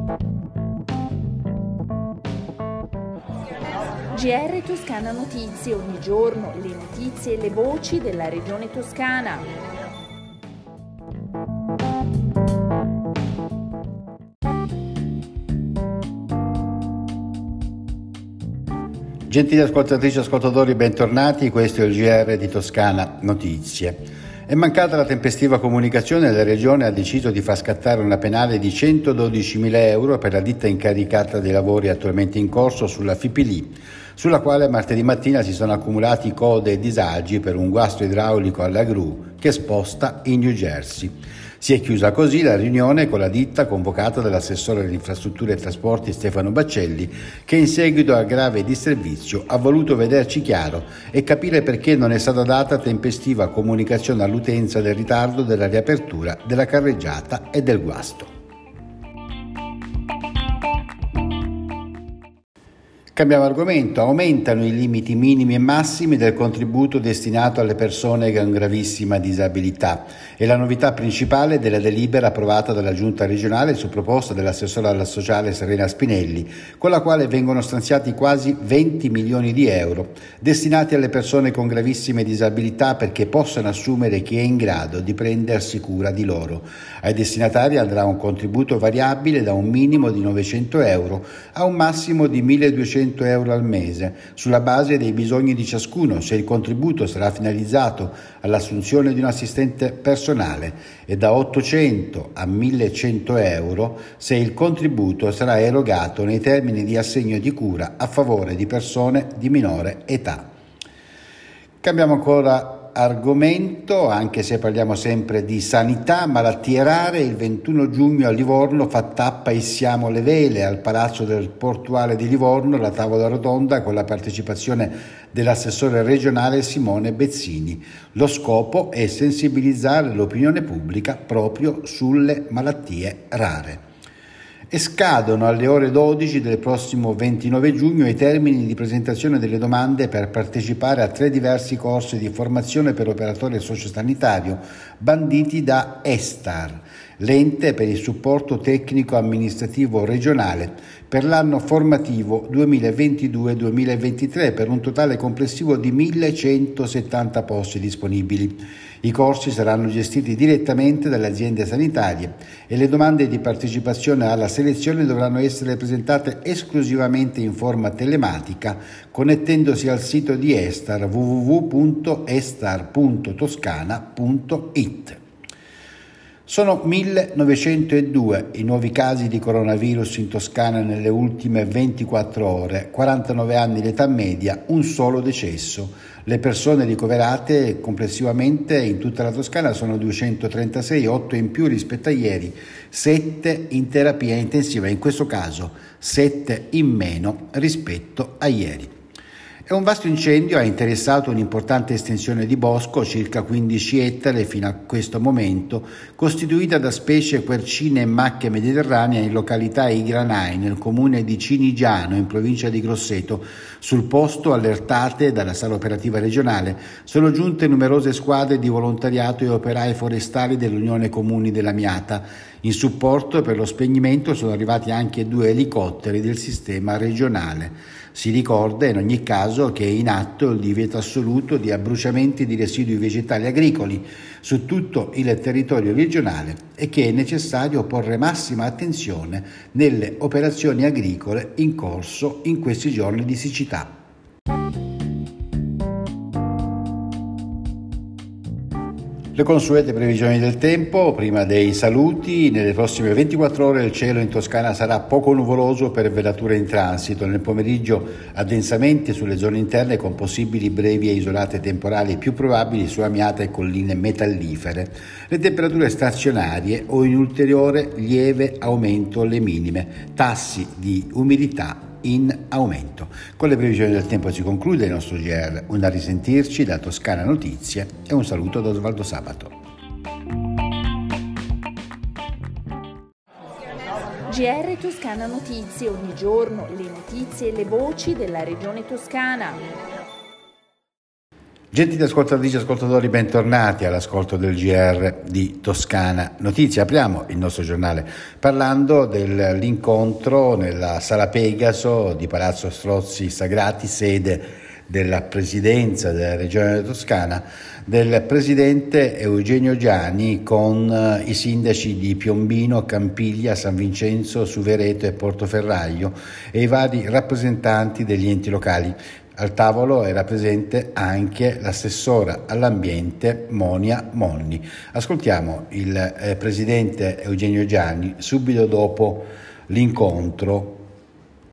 GR Toscana Notizie, ogni giorno le notizie e le voci della regione toscana. Gentili ascoltatrici e ascoltatori, bentornati, questo è il GR di Toscana Notizie. È mancata la tempestiva comunicazione e la Regione ha deciso di far scattare una penale di 112.000 euro per la ditta incaricata dei lavori attualmente in corso sulla FIPLI, sulla quale martedì mattina si sono accumulati code e disagi per un guasto idraulico alla gru che sposta in New Jersey. Si è chiusa così la riunione con la ditta convocata dall'assessore alle infrastrutture e trasporti Stefano Baccelli, che in seguito al grave disservizio ha voluto vederci chiaro e capire perché non è stata data tempestiva comunicazione all'utenza del ritardo della riapertura della carreggiata e del guasto. Cambiamo argomento. Aumentano i limiti minimi e massimi del contributo destinato alle persone con gravissima disabilità. È la novità principale della delibera approvata dalla Giunta regionale su proposta dell'assessora alla sociale Serena Spinelli, con la quale vengono stanziati quasi 20 milioni di euro destinati alle persone con gravissime disabilità perché possano assumere chi è in grado di prendersi cura di loro. Ai destinatari andrà un contributo variabile da un minimo di 900 euro a un massimo di 1.200 euro al mese, sulla base dei bisogni di ciascuno, se il contributo sarà finalizzato all'assunzione di un assistente personale, e da 800 a 1.100 euro se il contributo sarà erogato nei termini di assegno di cura a favore di persone di minore età. Cambiamo ancora argomento, anche se parliamo sempre di sanità, malattie rare. Il 21 giugno a Livorno fa tappa Issiamo le Vele al Palazzo del Portuale di Livorno, la tavola rotonda con la partecipazione dell'assessore regionale Simone Bezzini. Lo scopo è sensibilizzare l'opinione pubblica proprio sulle malattie rare. E scadono alle ore 12 del prossimo 29 giugno i termini di presentazione delle domande per partecipare a 3 diversi corsi di formazione per operatore sociosanitario banditi da ESTAR, l'ente per il supporto tecnico amministrativo regionale, per l'anno formativo 2022-2023 per un totale complessivo di 1.170 posti disponibili. I corsi saranno gestiti direttamente dalle aziende sanitarie e le domande di partecipazione alla selezione dovranno essere presentate esclusivamente in forma telematica, connettendosi al sito di ESTAR www.estar.toscana.it. Sono 1902 i nuovi casi di coronavirus in Toscana nelle ultime 24 ore, 49 anni l'età media, un solo decesso. Le persone ricoverate complessivamente in tutta la Toscana sono 236, 8 in più rispetto a ieri, 7 in terapia intensiva, in questo caso 7 in meno rispetto a ieri. E un vasto incendio ha interessato un'importante estensione di bosco, circa 15 ettari fino a questo momento, costituita da specie quercine e macchie mediterranee in località Igranai, nel comune di Cinigiano, in provincia di Grosseto. Sul posto, allertate dalla sala operativa regionale, sono giunte numerose squadre di volontariato e operai forestali dell'Unione Comuni della Miata. In supporto per lo spegnimento sono arrivati anche 2 elicotteri del sistema regionale. Si ricorda in ogni caso che è in atto il divieto assoluto di abbruciamenti di residui vegetali agricoli su tutto il territorio regionale e che è necessario porre massima attenzione nelle operazioni agricole in corso in questi giorni di siccità. Le consuete previsioni del tempo, prima dei saluti. Nelle prossime 24 ore il cielo in Toscana sarà poco nuvoloso per velature in transito. Nel pomeriggio addensamenti sulle zone interne con possibili brevi e isolate temporali più probabili su Amiata e colline metallifere. Le temperature stazionarie o in ulteriore lieve aumento le minime. Tassi di umidità in aumento. Con le previsioni del tempo si conclude il nostro GR. Un a risentirci da Toscana Notizie e un saluto da Osvaldo Sabato. GR Toscana Notizie, ogni giorno le notizie e le voci della regione toscana. Gentili ascoltatrici e ascoltatori, bentornati all'ascolto del GR di Toscana Notizie. Apriamo il nostro giornale parlando dell'incontro nella Sala Pegaso di Palazzo Strozzi Sagrati, sede della Presidenza della Regione Toscana, del Presidente Eugenio Giani con i sindaci di Piombino, Campiglia, San Vincenzo, Suvereto e Portoferraio e i vari rappresentanti degli enti locali. Al tavolo era presente anche l'assessora all'ambiente Monia Monni. Ascoltiamo il Presidente Eugenio Giani subito dopo l'incontro